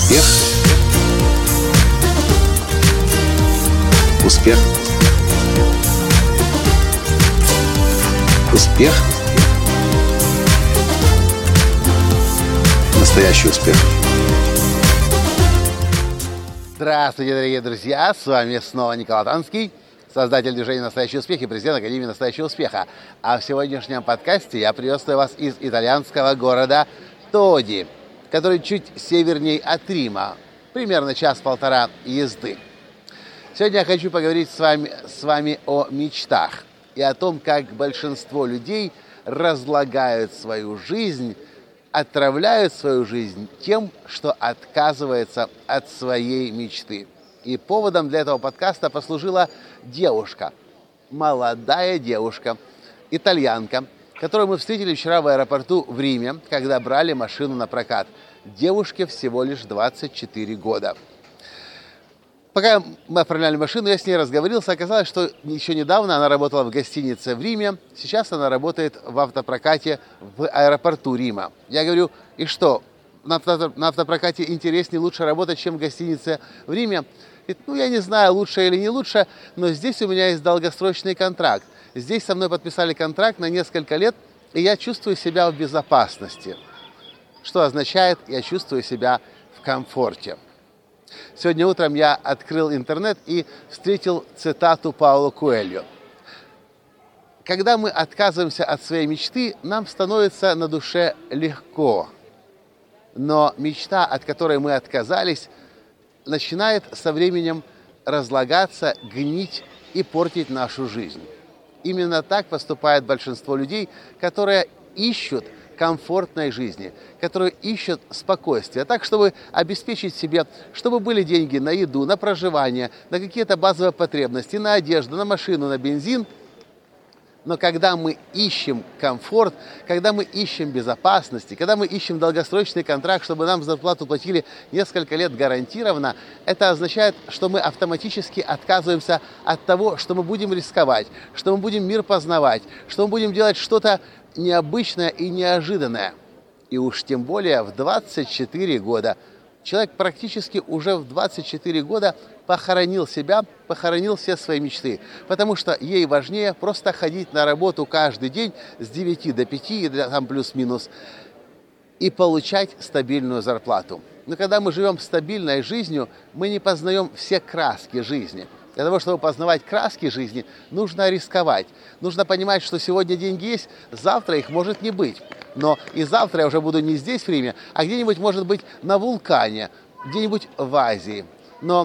Успех. Успех. Успех. Настоящий успех. Здравствуйте, дорогие друзья! С вами снова Николай Танский, создатель движения «Настоящий успех» и президент Академии «Настоящего успеха». А в сегодняшнем подкасте я приветствую вас из итальянского города Тоди, который чуть севернее от Рима, примерно час-полтора езды. Сегодня я хочу поговорить с вами о мечтах и о том, как большинство людей разлагают свою жизнь, отравляют свою жизнь тем, что отказывается от своей мечты. И поводом для этого подкаста послужила девушка, молодая девушка, итальянка, которую мы встретили вчера в аэропорту в Риме, когда брали машину на прокат. Девушке всего лишь 24 года. Пока мы отправляли машину, я с ней разговорился. Оказалось, что еще недавно она работала в гостинице в Риме. Сейчас она работает в автопрокате в аэропорту Рима. Я говорю, и что, на автопрокате интереснее, лучше работать, чем в гостинице в Риме? Говорит, я не знаю, лучше или не лучше, но здесь у меня есть долгосрочный контракт. Здесь со мной подписали контракт на несколько лет, и я чувствую себя в безопасности. Что означает, я чувствую себя в комфорте. Сегодня утром я открыл интернет и встретил цитату Пауло Коэльо. Когда мы отказываемся от своей мечты, нам становится на душе легко. Но мечта, от которой мы отказались, начинает со временем разлагаться, гнить и портить нашу жизнь. Именно так поступает большинство людей, которые ищут комфортной жизни, которые ищут спокойствия, так, чтобы обеспечить себе, чтобы были деньги на еду, на проживание, на какие-то базовые потребности, на одежду, на машину, на бензин. Но когда мы ищем комфорт, когда мы ищем безопасности, когда мы ищем долгосрочный контракт, чтобы нам зарплату платили несколько лет гарантированно, это означает, что мы автоматически отказываемся от того, что мы будем рисковать, что мы будем мир познавать, что мы будем делать что-то необычное и неожиданное. И уж тем более в 24 года. Человек практически уже в 24 года похоронил себя, похоронил все свои мечты. Потому что ей важнее просто ходить на работу каждый день с 9 до 5, или там плюс-минус, и получать стабильную зарплату. Но когда мы живем стабильной жизнью, мы не познаем все краски жизни. Для того, чтобы познавать краски жизни, нужно рисковать. Нужно понимать, что сегодня деньги есть, завтра их может не быть. Но и завтра я уже буду не здесь, в Риме, а где-нибудь, может быть, на вулкане, где-нибудь в Азии. Но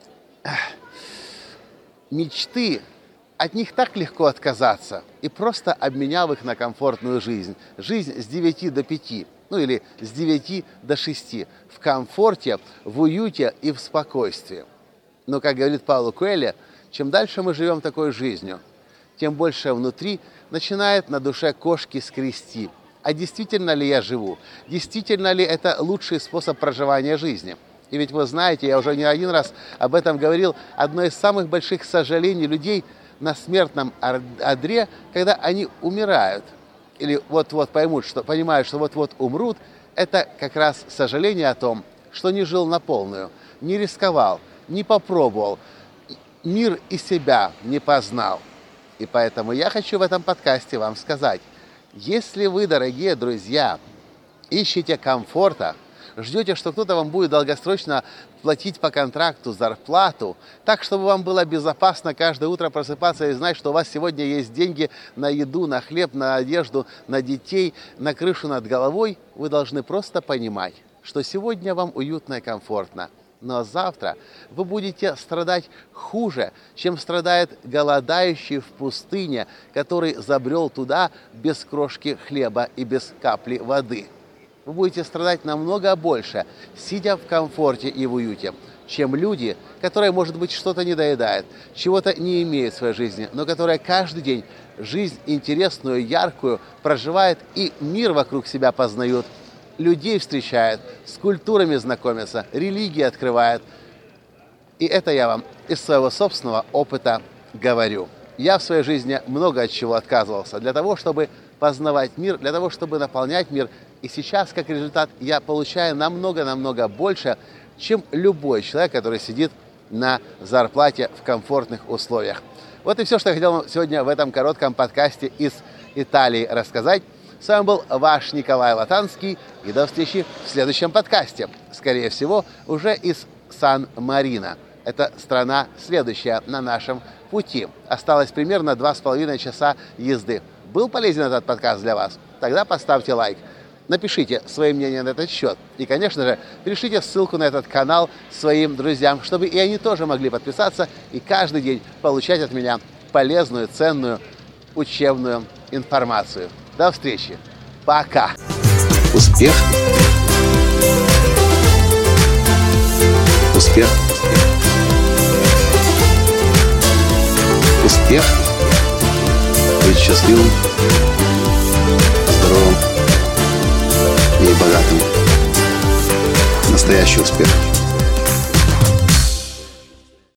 мечты, от них так легко отказаться. И просто обменяв их на комфортную жизнь. Жизнь с 9 до 5, или с 9 до 6. В комфорте, в уюте и в спокойствии. Но, как говорит Пауло Коэльо, чем дальше мы живем такой жизнью, тем больше внутри начинает на душе кошки скрести. А действительно ли я живу? Действительно ли это лучший способ проживания жизни? И ведь вы знаете, я уже не один раз об этом говорил, одно из самых больших сожалений людей на смертном одре, когда они умирают, или вот-вот понимают, что вот-вот умрут, это как раз сожаление о том, что не жил на полную, не рисковал, не попробовал, мир и себя не познал. И поэтому я хочу в этом подкасте вам сказать, если вы, дорогие друзья, ищете комфорта, ждете, что кто-то вам будет долгосрочно платить по контракту зарплату, так, чтобы вам было безопасно каждое утро просыпаться и знать, что у вас сегодня есть деньги на еду, на хлеб, на одежду, на детей, на крышу над головой, вы должны просто понимать, что сегодня вам уютно и комфортно. Но завтра вы будете страдать хуже, чем страдает голодающий в пустыне, который забрел туда без крошки хлеба и без капли воды. Вы будете страдать намного больше, сидя в комфорте и в уюте, чем люди, которые, может быть, что-то не доедают, чего-то не имеют в своей жизни, но которые каждый день жизнь интересную, яркую проживают и мир вокруг себя познают. Людей встречает, с культурами знакомятся, религии открывает. И это я вам из своего собственного опыта говорю. Я в своей жизни много от чего отказывался для того, чтобы познавать мир, для того, чтобы наполнять мир. И сейчас, как результат, я получаю намного-намного больше, чем любой человек, который сидит на зарплате в комфортных условиях. Вот и все, что я хотел вам сегодня в этом коротком подкасте из Италии рассказать. С вами был ваш Николай Латанский. И до встречи в следующем подкасте. Скорее всего, уже из Сан-Марино. Это страна следующая на нашем пути. Осталось примерно 2,5 часа езды. Был полезен этот подкаст для вас? Тогда поставьте лайк. Напишите свое мнение на этот счет. И, конечно же, перешлите ссылку на этот канал своим друзьям, чтобы и они тоже могли подписаться и каждый день получать от меня полезную, ценную, учебную информацию. До встречи. Пока. Успех. Успех. Успех. Быть счастливым, здоровым и богатым. Настоящий успех.